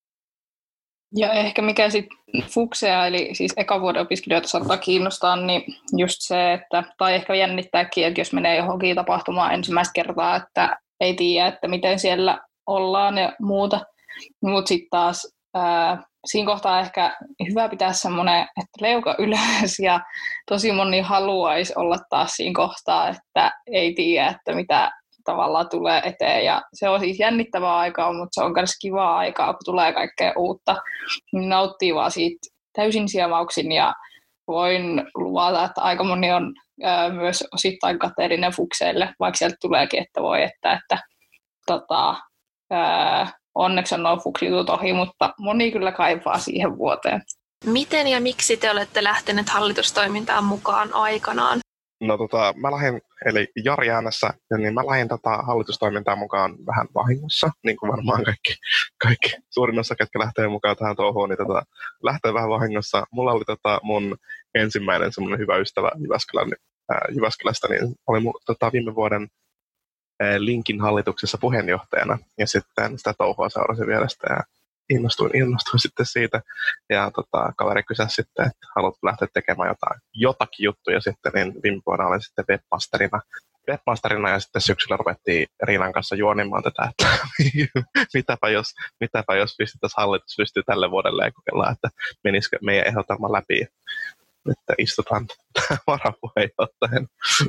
Speaker 5: Ja ehkä mikä sitten fuksea, eli siis eka vuoden opiskelijoita saattaa kiinnostaa, niin just se, että, tai ehkä jännittääkin, että jos menee johonkin tapahtumaan ensimmäistä kertaa, että ei tiedä, että miten siellä ollaan ja muuta. Mutta sitten taas ää, siinä kohtaa ehkä hyvä pitää semmoinen, että leuka ylös ja tosi moni haluaisi olla taas siinä kohtaa, että ei tiedä, että mitä tavallaan tulee eteen. Ja se on siis jännittävää aikaa, mutta se on myös kivaa aikaa, kun tulee kaikkea uutta. Niin nauttii vaan siitä täysin siemauksin ja voin luvata, että aika moni on ää, myös osittain kateellinen fukseille, vaikka sieltä tuleekin, että voi, että, että tota, ää, onneksi on nuo fuksitut ohi, mutta moni kyllä kaipaa siihen vuoteen.
Speaker 7: Miten ja miksi te olette lähteneet hallitustoimintaan mukaan aikanaan?
Speaker 9: No tota, mä lähdin, eli Jari äänessä, niin mä lähdin tota hallitustoimintaan mukaan vähän vahingossa, niin kuin varmaan kaikki, kaikki suurin osa, ketkä lähtee mukaan tähän touhuun, niin tota, lähtee vähän vahingossa. Mulla oli tota mun ensimmäinen semmoinen hyvä ystävä Jyväskylän, ää, Jyväskylästä, niin oli mun, tota, viime vuoden ää, Linkin hallituksessa puheenjohtajana, ja sitten sitä touhua seurasin vierestä, ja innostuin, innostuin sitten siitä, ja tota, kaveri kysäsi sitten, että haluatko lähteä tekemään jotain, jotakin juttuja sitten, niin viime vuonna olin sitten webmasterina, webmasterina ja sitten syksyllä ruvettiin Riinan kanssa juonimaan tätä, että mitäpä jos, mitäpä jos pistettäisiin hallitus pystyy tälle vuodelle ja kokeillaan, että menisikö meidän ehdotelma läpi, että istutaan varapuheenjohtajan.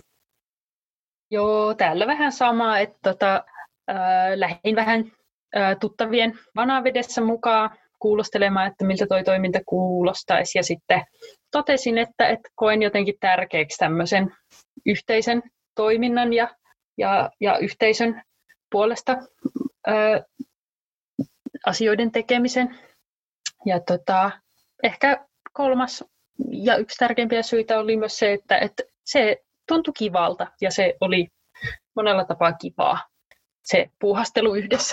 Speaker 3: Joo, täällä vähän sama, että tota, äh, lähdin vähän tuttavien vanavedessä mukaan kuulostelemaan, että miltä toi toiminta kuulostaisi. Ja sitten totesin, että, että koen jotenkin tärkeäksi tämmöisen yhteisen toiminnan ja, ja, ja yhteisön puolesta ää, asioiden tekemisen. Ja tota, ehkä kolmas ja yksi tärkeimpiä syitä oli myös se, että, että se tuntui kivalta ja se oli monella tapaa kivaa, se puuhastelu yhdessä.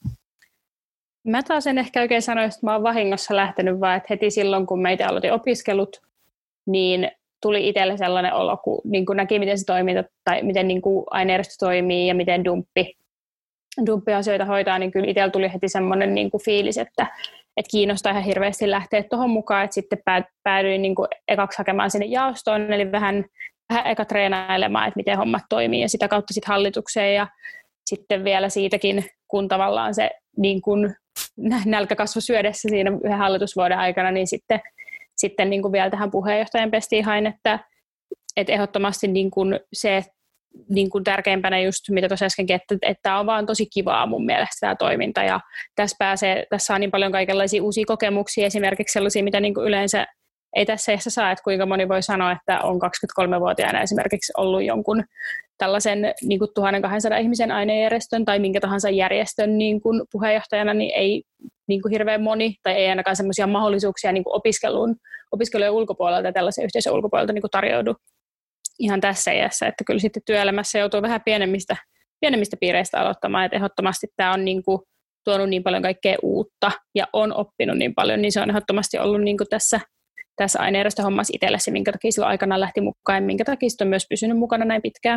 Speaker 4: Mä taas en ehkä oikein sano, että mä oon vahingossa lähtenyt, vaan että heti silloin, kun meitä aloitin opiskelut, niin tuli itselle sellainen olo, kun niin kun näki, miten se toiminta tai miten niin kuin ainejärjestö toimii ja miten dumppi, dumppiasioita hoitaa, niin kyllä itsellä tuli heti semmoinen niin kuin fiilis, että, että kiinnostaa ihan hirveästi lähteä tuohon mukaan, että sitten päädyin niin kuin ekaksi hakemaan sinne jaostoon, eli vähän, vähän eka treenailemaan, että miten hommat toimii ja sitä kautta sitten hallitukseen ja sitten vielä siitäkin, kun tavallaan se niin kuin nälkä kasvoi syödessä siinä yhden hallitusvuoden aikana, niin sitten, sitten niin kuin vielä tähän puheenjohtajan pestiin hain, että, että ehdottomasti niin kuin se niin kuin tärkeimpänä just, mitä tuossa äskenkin, että, että on vaan tosi kivaa mun mielestä tämä toiminta, ja tässä, pääsee, tässä on niin paljon kaikenlaisia uusia kokemuksia, esimerkiksi sellaisia, mitä niin kuin yleensä ei tässä ehkä saa, että kuinka moni voi sanoa, että on kaksikymmentäkolmevuotiaana esimerkiksi ollut jonkun tällaisen niin kuin tuhatkaksisataa ihmisen ainejärjestön tai minkä tahansa järjestön niin kuin puheenjohtajana, niin ei niin kuin hirveän moni tai ei ainakaan semmoisia mahdollisuuksia niin kuin opiskelun, opiskelujen ulkopuolelta tai tällaisen yhteisön ulkopuolelta niin kuin tarjoudu ihan tässä iässä, että kyllä sitten työelämässä joutuu vähän pienemmistä, pienemmistä piireistä aloittamaan, että ehdottomasti tämä on niin kuin tuonut niin paljon kaikkea uutta ja on oppinut niin paljon, niin se on ehdottomasti ollut niin kuin tässä tässä ainejärjestöhommassa itselle se, minkä takia silloin aikana lähti mukaan ja minkä takia on myös pysynyt mukana näin pitkään.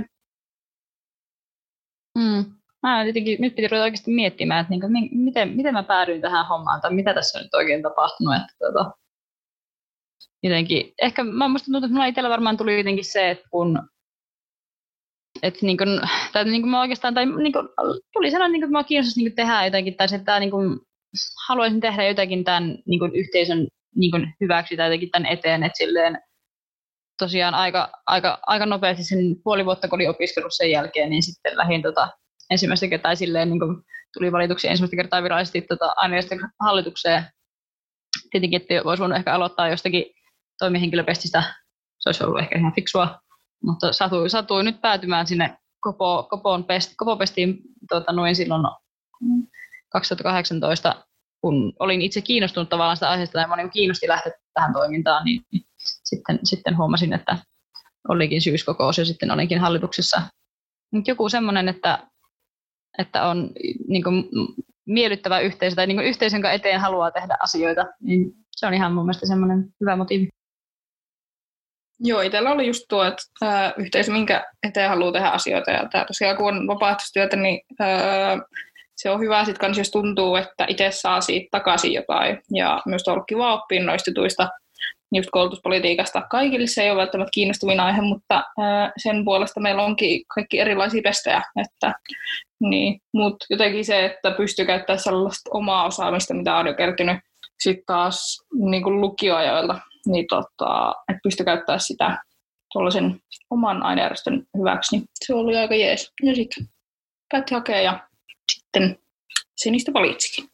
Speaker 8: Mm. Mä jotenkin, nyt piti ruveta oikeasti miettimään, että niinku, miten, miten mä päädyin tähän hommaan tai mitä tässä on nyt oikein tapahtunut. Että, tota, jotenkin, ehkä mä musta tuntuu, että mulla itsellä varmaan tuli jotenkin se, että kun että niin kuin, tai niin kuin mä oikeastaan, tai niin kuin, tuli sellainen, niin kuin, että mä kiinnostaisi niin kuin tehdä jotakin, tai että tämä, niin kuin, haluaisin tehdä jotakin tämän niin kuin, yhteisön niin kuin, hyväksi tai jotenkin tämän eteen, että silleen tosiaan aika, aika, aika nopeasti sen puoli vuotta, kun olin opiskellut sen jälkeen, niin sitten lähdin tota, ensimmäistä kertaa silleen, niin kuin, tuli valituksi ensimmäistä kertaa virallisesti tota, ainejärjestön hallitukseen. Tietenkin, että voisi voinut ehkä aloittaa jostakin toimihenkilöpestistä, se olisi ollut ehkä ihan fiksua. Mutta satui, satui nyt päätymään sinne Kopo, Kopon pest, Kopopestiin tuota, noin silloin kaksituhattakahdeksantoista kun olin itse kiinnostunut tavallaan sitä aiheesta ja moni kiinnosti lähteä tähän toimintaan, niin sitten, sitten huomasin, että olikin syyskokous ja sitten olinkin hallituksessa. Nyt joku semmoinen, että, että on niin kuin miellyttävä yhteisö tai niin kuin yhteisön kanssa eteen haluaa tehdä asioita, niin se on ihan mun mielestä semmoinen hyvä motiivi.
Speaker 5: Joo, itsellä oli just tuo, että ää, yhteisö, minkä eteen haluaa tehdä asioita. Ja tää tosiaan, kun on vapaaehtoistyötä, niin ää, se on hyvä sitten kans, jos tuntuu, että itse saa siitä takaisin jotain. Ja myös on ollut kiva oppia noista jutuista, just koulutuspolitiikasta. Kaikille se ei ole välttämättä kiinnostavin aihe, mutta ää, sen puolesta meillä onkin kaikki erilaisia pestejä. Että, niin. Mutta jotenkin se, että pystyy käyttämään sellaista omaa osaamista, mitä on jo kertynyt sitten taas niin kuin lukioajoilta, niin tota, että pystyy käyttämään sitä tuollaisen oman ainejärjestön hyväksi, niin se oli aika jees. Ja sitten päätti hakea ja sitten se niistä valitsikin.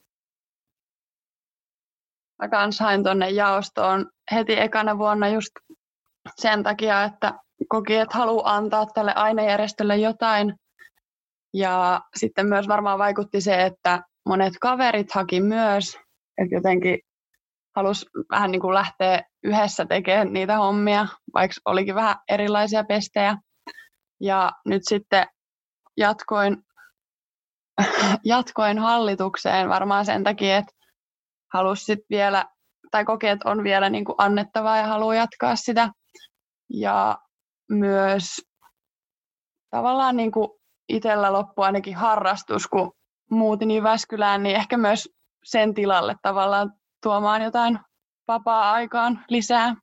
Speaker 6: Mä kans hain tuonne jaostoon heti ekana vuonna just sen takia, että koki, että haluaa antaa tälle ainejärjestölle jotain. Ja sitten myös varmaan vaikutti se, että monet kaverit haki myös, että jotenkin halusi vähän niin kuin lähteä yhdessä tekemään niitä hommia, vaikka olikin vähän erilaisia pestejä. Ja nyt sitten jatkoin, jatkoin hallitukseen varmaan sen takia, että halusi sitten vielä, tai koki, että on vielä niin kuin annettavaa ja haluaa jatkaa sitä. Ja myös tavallaan niin kuin itsellä loppui ainakin harrastus, kun muutin Jyväskylään, niin ehkä myös sen tilalle tavallaan tuomaan jotain vapaa-aikaan lisää.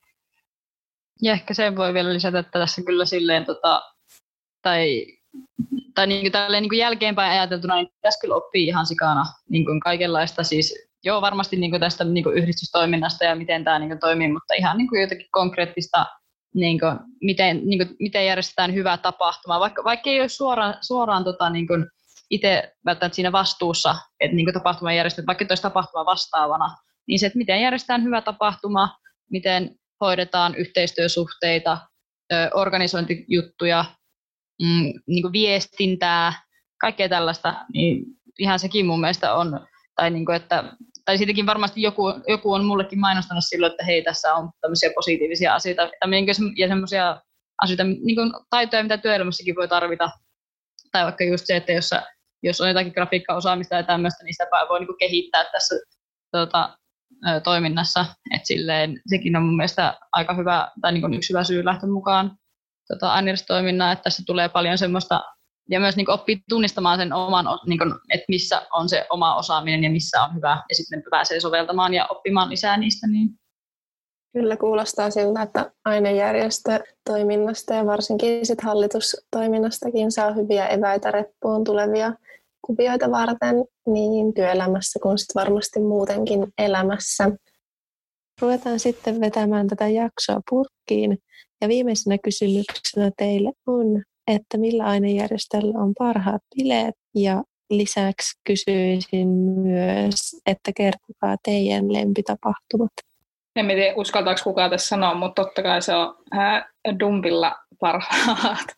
Speaker 8: Ja ehkä sen voi vielä lisätä, että tässä kyllä silleen, tota, tai, tai niin kuin tälleen niin kuin jälkeenpäin ajateltuna, niin tässä kyllä oppii ihan sikana niin kuin kaikenlaista. Siis, joo, varmasti niin kuin tästä niin kuin yhdistystoiminnasta ja miten tämä niin kuin toimii, mutta ihan niin kuin jotenkin konkreettista, niin kuin, miten, niin kuin, miten järjestetään hyvää tapahtumaa. Vaikka, vaikka ei ole suoraan, suoraan tota, niin kuin itse välttämättä siinä vastuussa, että niin tapahtuman järjestetään, vaikka olisi tapahtuma vastaavana, niin se, että miten järjestetään hyvä tapahtuma, miten hoidetaan yhteistyösuhteita, organisointijuttuja, mm, niin kuin viestintää, kaikkea tällaista, niin ihan sekin mun mielestä on, tai, niin kuin, että, tai siitäkin varmasti joku, joku on mullekin mainostanut silloin, että hei, tässä on tämmöisiä positiivisia asioita, ja semmoisia asioita, niin kuin taitoja, mitä työelämässäkin voi tarvita, tai vaikka just se, että jos, jos on jotakin grafiikkaosaamista ja tämmöistä, niin sitä voi niin kuin kehittää tässä tuota, toiminnassa. Et silleen, sekin on mun mielestä aika hyvä, tai niin kuin yksi hyvä syy lähteä mukaan tuota, ainejärjestötoiminnaan, että tässä tulee paljon semmoista, ja myös niin kuin oppii tunnistamaan sen oman, niin kuin, että missä on se oma osaaminen ja missä on hyvä, ja sitten pääsee soveltamaan ja oppimaan lisää niistä. Niin.
Speaker 1: Kyllä kuulostaa siltä, että ainejärjestötoiminnasta ja varsinkin sit hallitustoiminnastakin saa hyviä eväitä reppuun tulevia kuvioita varten niin työelämässä kuin sit varmasti muutenkin elämässä. Ruvetaan sitten vetämään tätä jaksoa purkkiin ja viimeisenä kysymyksenä teille on, että millä ainejärjestöllä on parhaat bileet ja lisäksi kysyisin myös, että kertokaa teidän lempitapahtumat.
Speaker 5: En tiedä, uskaltaako kukaan tässä sanoa, mutta totta kai se on ää, Dumpilla parhaat.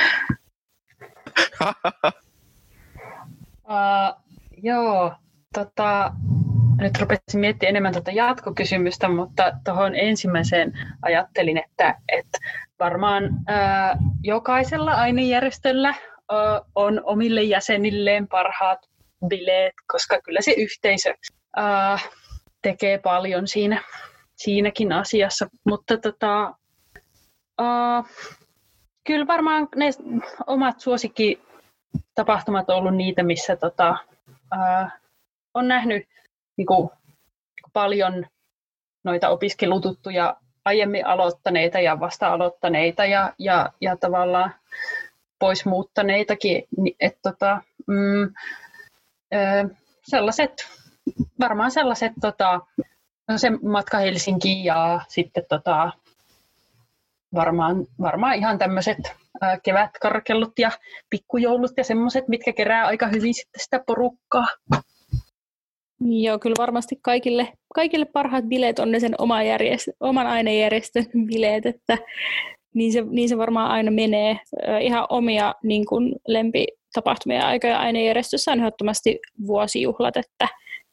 Speaker 3: uh, joo, tota, nyt rupesin miettimään enemmän tuota jatkokysymystä, mutta tuohon ensimmäiseen ajattelin, että, että varmaan ää, jokaisella ainejärjestöllä ää, on omille jäsenilleen parhaat bileet, koska kyllä se yhteisö ää, tekee paljon siinä. Siinäkin asiassa, mutta tota, uh, kyllä varmaan ne omat suosikkitapahtumat on ollut niitä, missä tota, uh, on nähnyt niinku, paljon noita opiskelututtuja aiemmin aloittaneita ja vasta aloittaneita ja, ja, ja tavallaan pois muuttaneitakin. Et, tota, mm, uh, sellaiset, varmaan sellaiset tota, no se matka Helsinkiin ja sitten tota, varmaan, varmaan ihan tämmöiset ää, kevätkarkellut ja pikkujoulut ja semmoiset, mitkä kerää aika hyvin sitten sitä porukkaa.
Speaker 4: Joo, kyllä varmasti kaikille, kaikille parhaat bileet on ne sen oma järjestö, oman ainejärjestön bileet, että niin se, niin se varmaan aina menee. Ihan omia niin kuin lempitapahtumia aikoja ainejärjestössä on ehdottomasti vuosijuhlat, että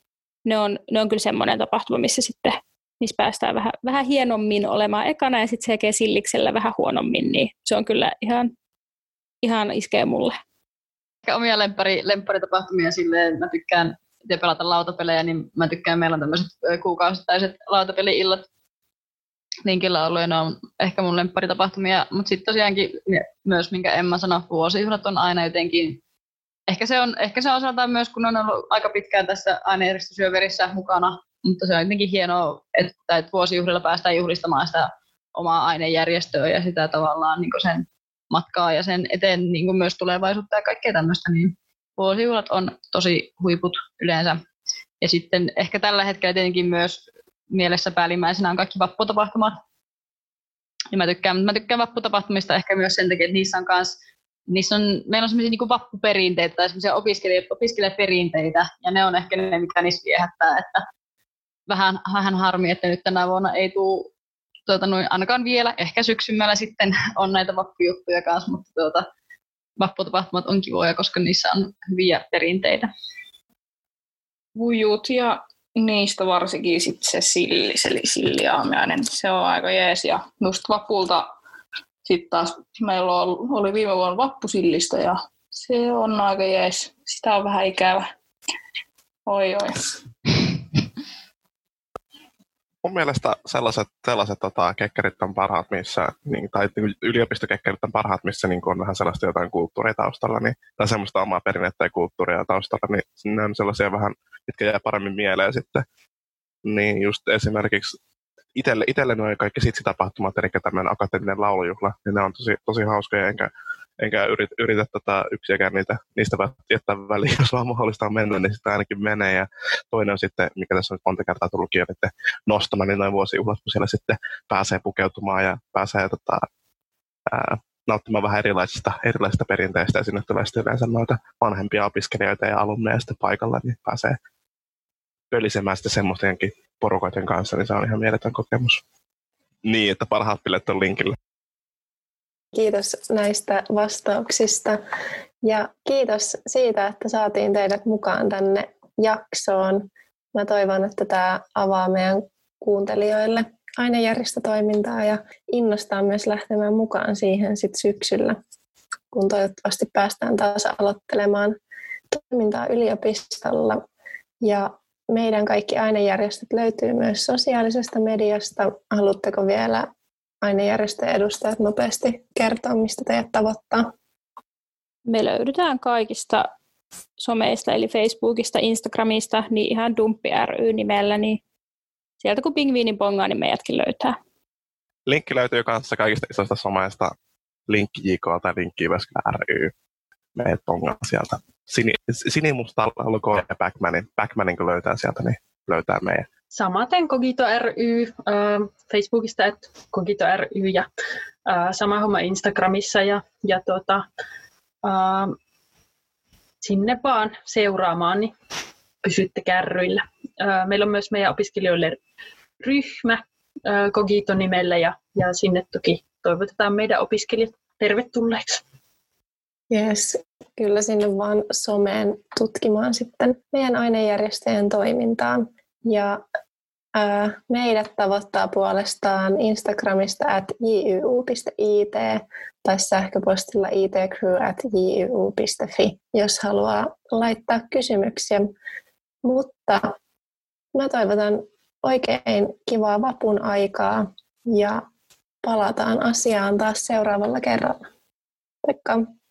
Speaker 4: ne on, ne on kyllä semmoinen tapahtuma, missä sitten missä päästään vähän, vähän hienommin olemaan ekana ja sitten se jälkeen silliksellä vähän huonommin, niin se on kyllä ihan, ihan iskee mulle.
Speaker 8: Ehkä omia lemppari, lempparitapahtumia silleen, mä tykkään itse pelata lautapelejä, niin mä tykkään, meillä on tämmöiset kuukausittaiset lautapeli-illat linkillä ollut ja ne on ehkä mun lempparitapahtumia, mutta sitten tosiaankin myös, minkä Emma sanoi, vuosijuhlat on aina jotenkin, ehkä se on, ehkä se on osaltaan myös, kun on ollut aika pitkään tässä ainejärjestösyöverissä mukana, mutta se on jotenkin hienoa, että, että vuosijuhlilla päästään juhlistamaan sitä omaa ainejärjestöä ja sitä tavallaan niin sen matkaa ja sen eteen niin myös tulevaisuutta ja kaikkea tämmöistä, niin vuosijuhlat on tosi huiput yleensä. Ja sitten ehkä tällä hetkellä tietenkin myös mielessä päällimmäisenä on kaikki vapputapahtumat. Ja mä tykkään, mä tykkään vapputapahtumista ehkä myös sen takia, että niissä on kans, niissä on, meillä on sellaisia niin vappuperinteitä tai sellaisia opiskelija, opiskelijaperinteitä, ja ne on ehkä ne, mikä niissä viehättää, että vähän, vähän harmi, että nyt tänä vuonna ei tule tuota, noin, ainakaan vielä, ehkä syksymällä sitten on näitä vappujuttuja kanssa, mutta tuota, vapputapahtumat on kivoja, koska niissä on hyviä perinteitä.
Speaker 5: Vujut ja niistä varsinkin sit se sillis, eli silliaamiainen, se on aika jees. Ja just vapulta sitten taas meillä oli viime vuonna vappusillistä ja se on aika jees. Sitä on vähän ikävä. Oi oi.
Speaker 9: Mun mielestä sellaiset, sellaiset tota, kekkerit on parhaat, missä, niin, tai niin, yliopistokekkerit on parhaat, missä niin, on vähän sellaista jotain kulttuuria taustalla, niin, tai semmoista omaa perinnettä ja kulttuuria taustalla, niin ne on sellaisia vähän, mitkä jää paremmin mieleen sitten. Niin just esimerkiksi itselle, itselle nuo kaikki sitsitapahtumat, eli tämmöinen akateeminen laulujuhla, niin ne on tosi, tosi hauskoja, enkä, enkä yritä, yritä tota, yksiäkään niitä, niistä jättää väliin, jos vaan mahdollista on mennä, niin sitä ainakin menee. Ja toinen on sitten, mikä tässä on monta kertaa tullutkin, että nostona, niin noin vuosijuhlat, kun siellä sitten pääsee pukeutumaan ja pääsee tota, ää, nauttimaan vähän erilaisista, erilaisista perinteistä, ja sinne tulee sitten yleensä noita vanhempia opiskelijoita ja alumneja sitten paikalla, niin pääsee pölisemään sitten semmoistenkin porukoiden kanssa, niin se on ihan mieletön kokemus. Niin, että parhaat bileet on linkillä.
Speaker 1: Kiitos näistä vastauksista ja kiitos siitä, että saatiin teidät mukaan tänne jaksoon. Mä toivon, että tämä avaa meidän kuuntelijoille ainejärjestötoimintaa ja innostaa myös lähtemään mukaan siihen sit syksyllä, kun toivottavasti päästään taas aloittelemaan toimintaa yliopistolla. Ja meidän kaikki ainejärjestöt löytyy myös sosiaalisesta mediasta. Haluatteko vielä ainejärjestöjen edustajat nopeasti kertoa, mistä teidät tavoittaa?
Speaker 4: Me löydetään kaikista someista, eli Facebookista, Instagramista, niin ihan Dumppi ry nimellä, niin sieltä kun pingviinin pongaa, niin meidätkin löytää.
Speaker 9: Linkki löytyy kanssa kaikista isoista someista. Linkki J K tai linkki Jyväskylä ry. Meidät pongaa sieltä. Sini, sinimusta logo ja Backmanin. Backmanin kun löytää sieltä, niin löytää meidän.
Speaker 3: Samaten Kogito ry, äh, Facebookista että Kogito ry ja äh, sama homma Instagramissa ja, ja tuota, äh, sinne vaan seuraamaan, niin pysytte kärryillä. Äh, meillä on myös meidän opiskelijoille ryhmä äh, Kogito nimellä ja, ja sinne toki toivotetaan meidän opiskelijat tervetulleeksi.
Speaker 1: Yes, kyllä sinne vaan someen tutkimaan sitten meidän ainejärjestöjen toimintaa. Ja ää, meidät tavoittaa puolestaan Instagramista at j y u piste i t tai sähköpostilla itcrew at j y u piste f i, jos haluaa laittaa kysymyksiä. Mutta mä toivotan oikein kivaa vapun aikaa ja palataan asiaan taas seuraavalla kerralla. Moikka!